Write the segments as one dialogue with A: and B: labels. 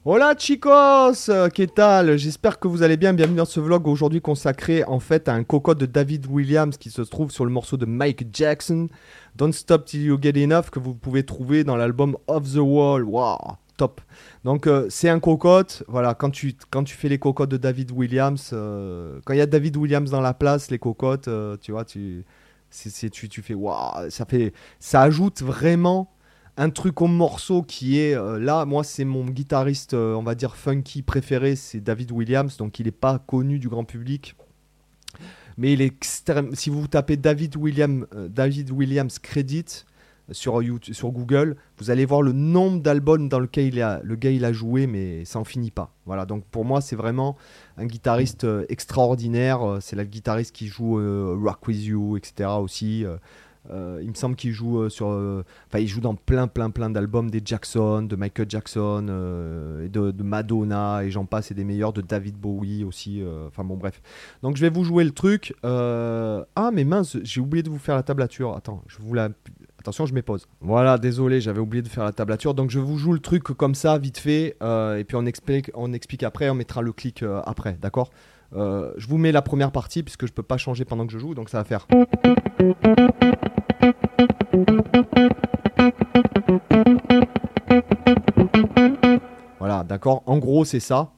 A: Hola chicos, ¿qué tal? J'espère que vous allez bien. Bienvenue dans ce vlog aujourd'hui consacré en fait à un cocotte de David Williams qui se trouve sur le morceau de Mike Jackson, Don't Stop Till You Get Enough, que vous pouvez trouver dans l'album Off the Wall. Waouh, top. Donc c'est un cocotte. Voilà, quand tu fais les cocottes de David Williams, quand il y a David Williams dans la place, les cocottes, tu vois, tu fais waouh, ça ajoute vraiment un truc au morceau qui est là, moi c'est mon guitariste, on va dire funky préféré, c'est David Williams, donc il n'est pas connu du grand public, mais il est extrême. Si vous tapez David Williams Credit sur YouTube, sur Google, vous allez voir le nombre d'albums dans lequel le gars il a joué, mais ça en finit pas. Voilà, donc pour moi c'est vraiment un guitariste extraordinaire. C'est le guitariste qui joue Rock With You, etc. aussi. Il me semble qu'il joue il joue dans plein d'albums des Jackson, de Michael Jackson, et de Madonna, et j'en passe, et des meilleurs, de David Bowie aussi. Enfin bon, bref. Donc je vais vous jouer le truc. Ah, mais mince, j'ai oublié de vous faire la tablature. Attends, Attention, je m'épose. Voilà, désolé, j'avais oublié de faire la tablature. Donc je vous joue le truc comme ça, vite fait, et puis on explique après, on mettra le clic après, d'accord? Je vous mets la première partie puisque je peux pas changer pendant que je joue, donc ça va faire. Voilà, d'accord. En gros, c'est ça.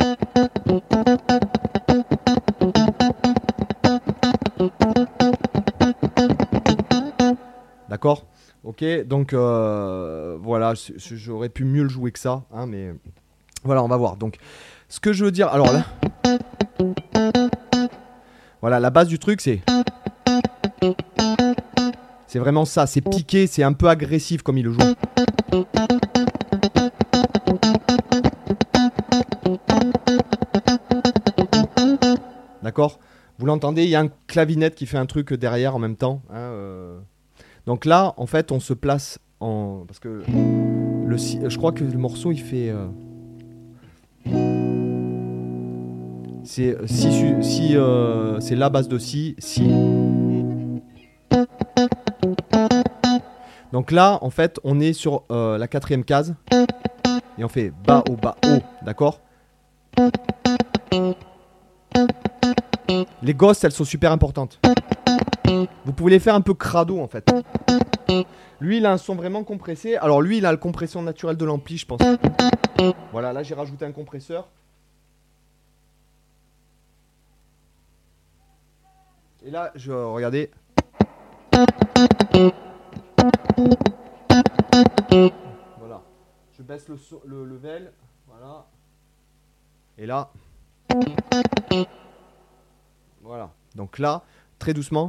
A: D'accord. Ok, donc voilà, j'aurais pu mieux le jouer que ça, hein, mais voilà, on va voir. Donc, ce que je veux dire, alors là, voilà, la base du truc, c'est vraiment ça, c'est piqué, c'est un peu agressif comme il le joue. D'accord? Vous l'entendez, il y a un clavinette qui fait un truc derrière en même temps, hein, Donc là, en fait, on se place en... Parce que je crois que le morceau, il fait... C'est c'est la base de si, si. Donc là, en fait, on est sur la quatrième case. Et on fait bas, haut, d'accord? Les ghosts, elles sont super importantes. Vous pouvez les faire un peu crado, en fait. Lui, il a un son vraiment compressé. Alors lui, il a la compression naturelle de l'ampli, je pense. Voilà, là, j'ai rajouté un compresseur. Et là, regardez. Voilà. Je baisse le level. Voilà. Et là. Voilà. Donc là, très doucement.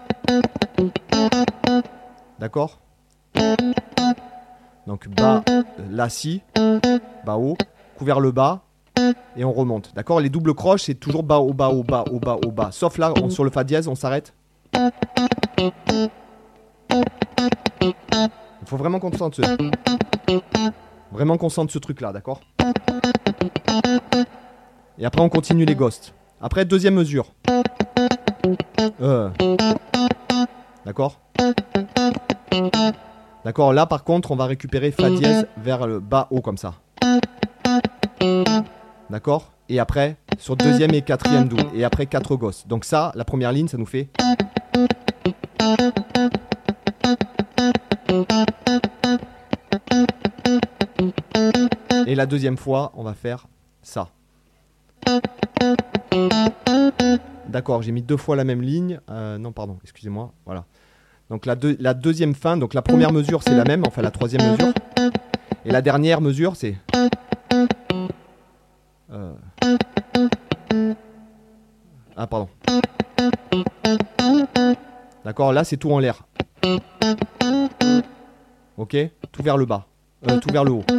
A: D'accord? Donc bas, là, si. Bas, haut. Couvert le bas. Et on remonte. D'accord? Les doubles croches, c'est toujours bas, haut, bas, haut, bas, haut, bas, haut, bas. Sauf là, sur le fa dièse, on s'arrête. Il faut vraiment qu'on sente ce truc-là, d'accord? Et après, on continue les ghosts. Après, deuxième mesure. D'accord? D'accord, là, par contre, on va récupérer fa dièse vers le bas, haut, comme ça. D'accord? Et après, sur deuxième et quatrième double. Et après, 4 gosses. Donc ça, la première ligne, ça nous fait... Et la deuxième fois, on va faire ça. D'accord, j'ai mis 2 fois la même ligne. Non, pardon, excusez-moi. Voilà. Donc la deuxième fin, donc la première mesure, c'est la même. Enfin, la troisième mesure. Et la dernière mesure, c'est... Ah, pardon. D'accord, là, c'est tout en l'air. Ok? Tout vers le bas. Tout vers le haut.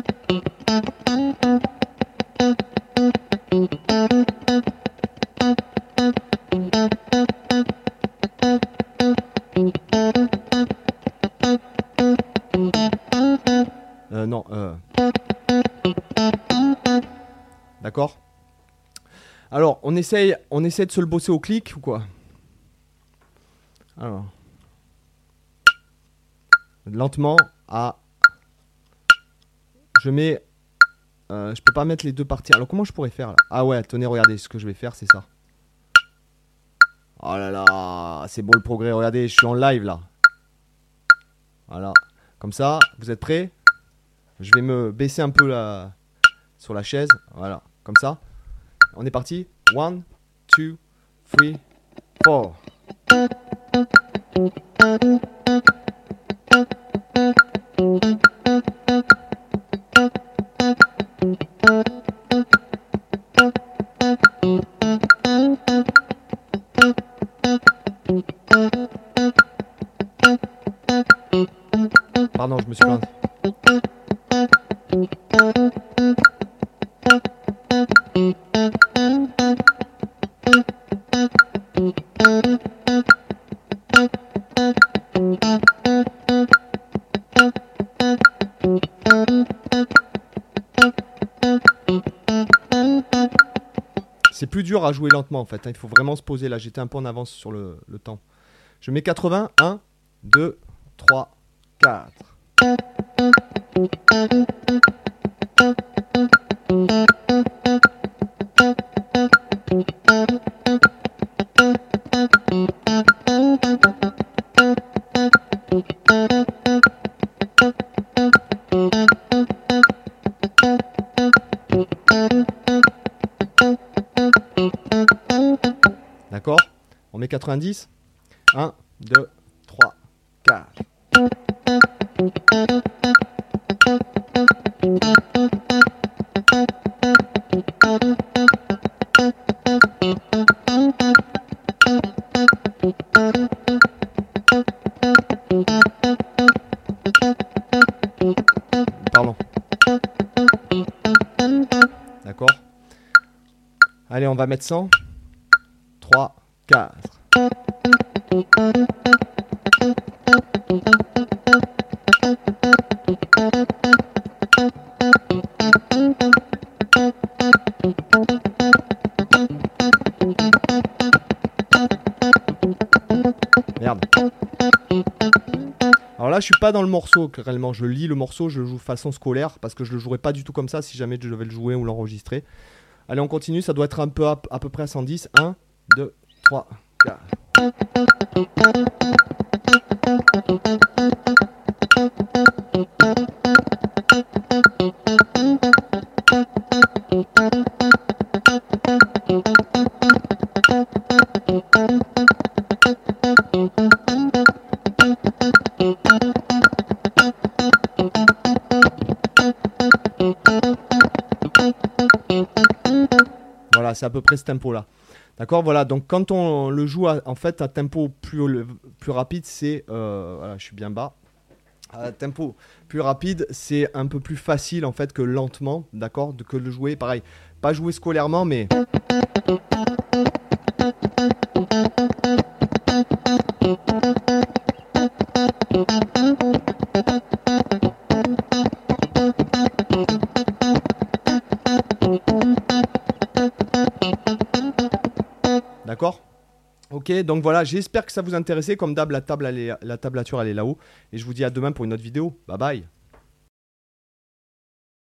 A: Non. D'accord? Alors, on essaye de se le bosser au clic ou quoi? Alors. Lentement. Je mets Je peux pas mettre les deux parties. Alors comment je pourrais faire là? Ah ouais, tenez, regardez, ce que je vais faire, c'est ça. Oh là là, c'est beau le progrès, regardez, je suis en live là. Voilà, comme ça, vous êtes prêts? Je vais me baisser un peu là, sur la chaise, voilà, comme ça. On est parti. 1, 2, 3, 4. Pardon, je me suis planté. C'est plus dur à jouer lentement en fait, hein. Il faut vraiment se poser là, j'étais un peu en avance sur le temps. Je mets 80, 1, 2, 3, 4. D'accord? On met 90. 1, 2, 3, 4. Pardon. D'accord? Allez, on va mettre 100. 3, 4. Merde. Alors là, je suis pas dans le morceau, réellement. Je lis le morceau, je le joue façon scolaire parce que je le jouerai pas du tout comme ça si jamais je devais le jouer ou l'enregistrer. Allez, on continue. Ça doit être un peu à peu près à 110. 1, 2, 3, 4. Voilà, c'est à peu près ce tempo là. D'accord, voilà, donc quand on le joue en fait à tempo plus rapide, c'est... voilà, je suis bien bas. À tempo plus rapide, c'est un peu plus facile en fait que lentement, d'accord, que de le jouer, pareil. Pas jouer scolairement, mais... D'accord? Ok, donc voilà, j'espère que ça vous intéressait. Comme d'hab, la tablature elle est là-haut. Et je vous dis à demain pour une autre vidéo. Bye bye.